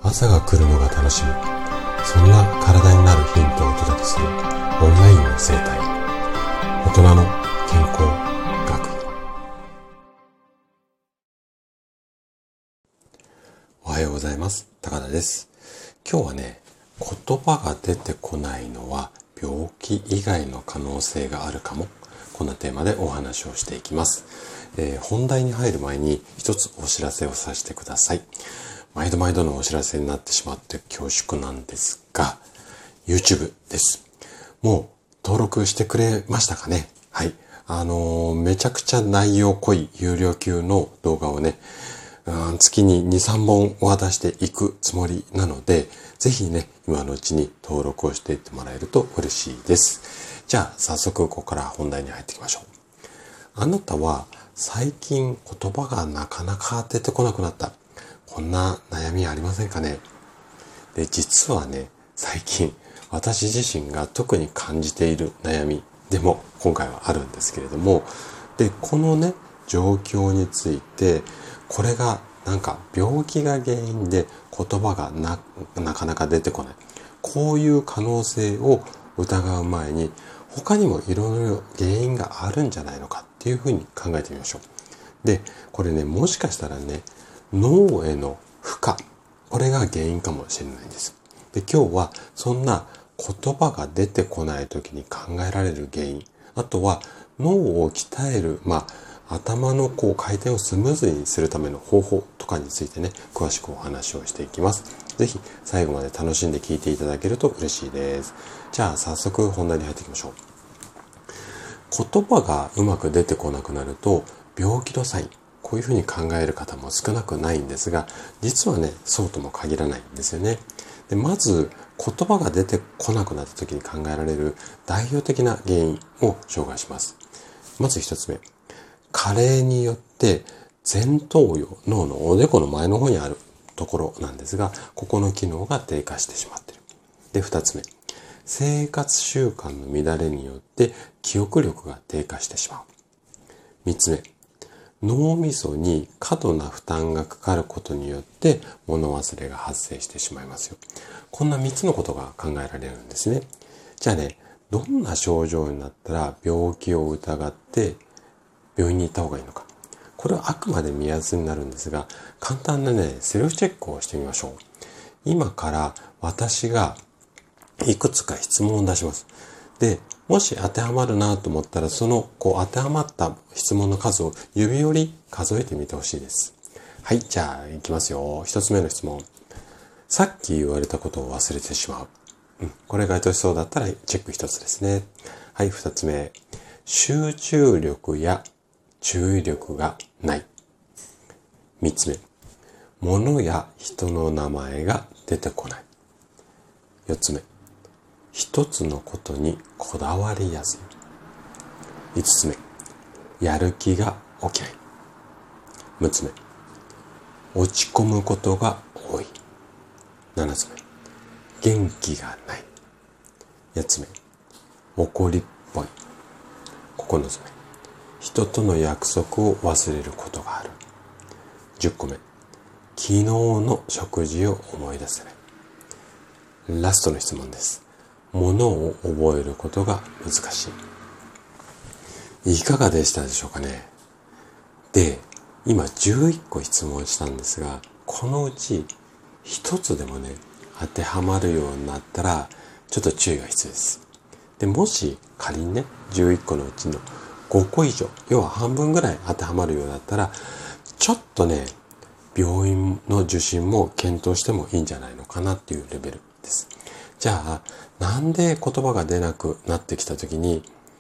朝が来るのが楽しみ、そんな体になるヒントをお届けするオンラインの生態、大人の健康学。おはようございます。高田です。今日はね、言葉が出てこないのは病気以外の可能性があるかも、こんなテーマでお話をしていきます。本題に入る前に一つお知らせをさせてください。毎度のお知らせになってしまって恐縮なんですが、YouTube です。もう登録してくれましたかね？はい。めちゃくちゃ内容濃い有料級の動画をね、月に2、3本お渡していくつもりなので、ぜひね、今のうちに登録をしていってもらえると嬉しいです。じゃあ、早速ここから本題に入っていきましょう。あなたは最近言葉がなかなか出てこなくなった。こんな悩みありませんかね？で、実はね、最近私自身が特に感じている悩みでも今回はあるんですけれども、で、このね、状況について、これがなんか病気が原因で言葉がなかなか出てこない。こういう可能性を疑う前に、他にもいろいろ原因があるんじゃないのかっていうふうに考えてみましょう。で、これね、もしかしたらね、脳への負荷、これが原因かもしれないんです。で、今日はそんな言葉が出てこない時に考えられる原因、あとは脳を鍛える、頭の回転をスムーズにするための方法とかについてね、詳しくお話をしていきます。ぜひ最後まで楽しんで聞いていただけると嬉しいです。じゃあ早速本題に入っていきましょう。言葉がうまく出てこなくなると病気のサイン、こういうふうに考える方も少なくないんですが、実はね、そうとも限らないんですよね。で、まず言葉が出てこなくなった時に考えられる代表的な原因を紹介します。まず一つ目。加齢によって前頭葉、脳のおでこの前の方にあるところなんですが、ここの機能が低下してしまっている。で、二つ目。生活習慣の乱れによって記憶力が低下してしまう。三つ目。脳みそに過度な負担がかかることによって物忘れが発生してしまいますよ。こんな三つのことが考えられるんですね。じゃあね、どんな症状になったら病気を疑って病院に行った方がいいのか。これはあくまで目安になるんですが、簡単なね、セルフチェックをしてみましょう。今から私がいくつか質問を出します。で、もし当てはまるなと思ったら、その当てはまった質問の数を指折り数えてみてほしいです。はい、じゃあ行きますよ。一つ目の質問。さっき言われたことを忘れてしまう。これ該当しそうだったらチェック一つですね。はい、二つ目。集中力や注意力がない。三つ目。物や人の名前が出てこない。四つ目。一つのことにこだわりやすい。五つ目。やる気が起きない。六つ目。落ち込むことが多い。七つ目。元気がない。八つ目。怒りっぽい。九つ目。人との約束を忘れることがある。10個目。昨日の食事を思い出せない。ラストの質問です。物を覚えることが難しい。いかがでしたでしょうかね。で、今11個質問したんですが、このうち一つでもね、当てはまるようになったら、ちょっと注意が必要です。で、もし仮にね、11個のうちの5個以上、要は半分ぐらい当てはまるようだったら、ちょっとね、病院の受診も検討してもいいんじゃないのかなっていうレベルです。じゃあ、なんで言葉が出なくなってきたときに、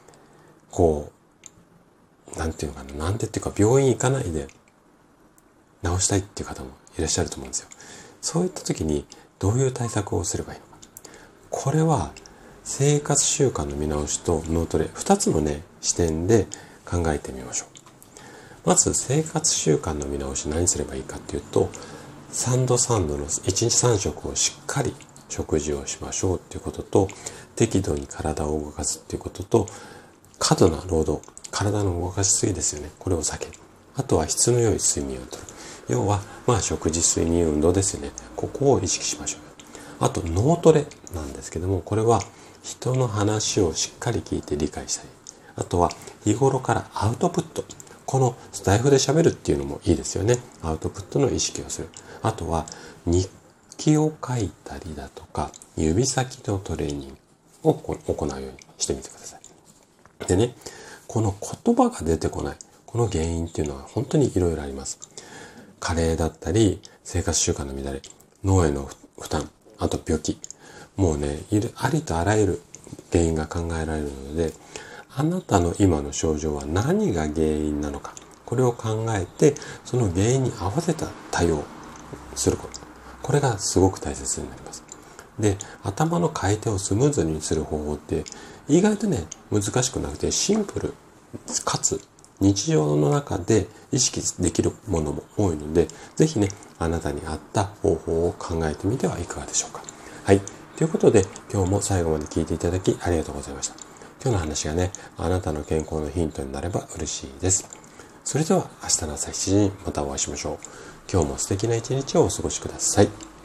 なんていうのかな、なんでっていうか病院行かないで治したいっていう方もいらっしゃると思うんですよ。そういったときにどういう対策をすればいいのか。これは生活習慣の見直しと脳トレ、2つのね、視点で考えてみましょう。まず生活習慣の見直し、何すればいいかっていうと、3度の1日3食をしっかり食事をしましょうっていうことと、適度に体を動かすっていうことと、過度な労働、体の動かしすぎですよね。これを避ける。あとは質の良い睡眠をとる。 要は、食事、睡眠、運動ですよね。ここを意識しましょう。あと、脳トレなんですけども、これは人の話をしっかり聞いて理解したり、あとは日頃からアウトプット。このスタイフで喋るっていうのもいいですよね。アウトプットの意識をする。あとは日記を書いたりだとか、指先のトレーニングを行うようにしてみてください。でね、この言葉が出てこない、この原因っていうのは本当にいろいろあります。加齢だったり、生活習慣の乱れ、脳への負担、あと病気。もうね、ありとあらゆる原因が考えられるので、あなたの今の症状は何が原因なのか、これを考えて、その原因に合わせた対応すること。これがすごく大切になります。で、頭の回転をスムーズにする方法って意外とね、難しくなくてシンプルかつ日常の中で意識できるものも多いので、ぜひね、あなたに合った方法を考えてみてはいかがでしょうか。はい。ということで、今日も最後まで聞いていただきありがとうございました。今日の話がね、あなたの健康のヒントになれば嬉しいです。それでは明日の朝7時にまたお会いしましょう。今日も素敵な一日をお過ごしください。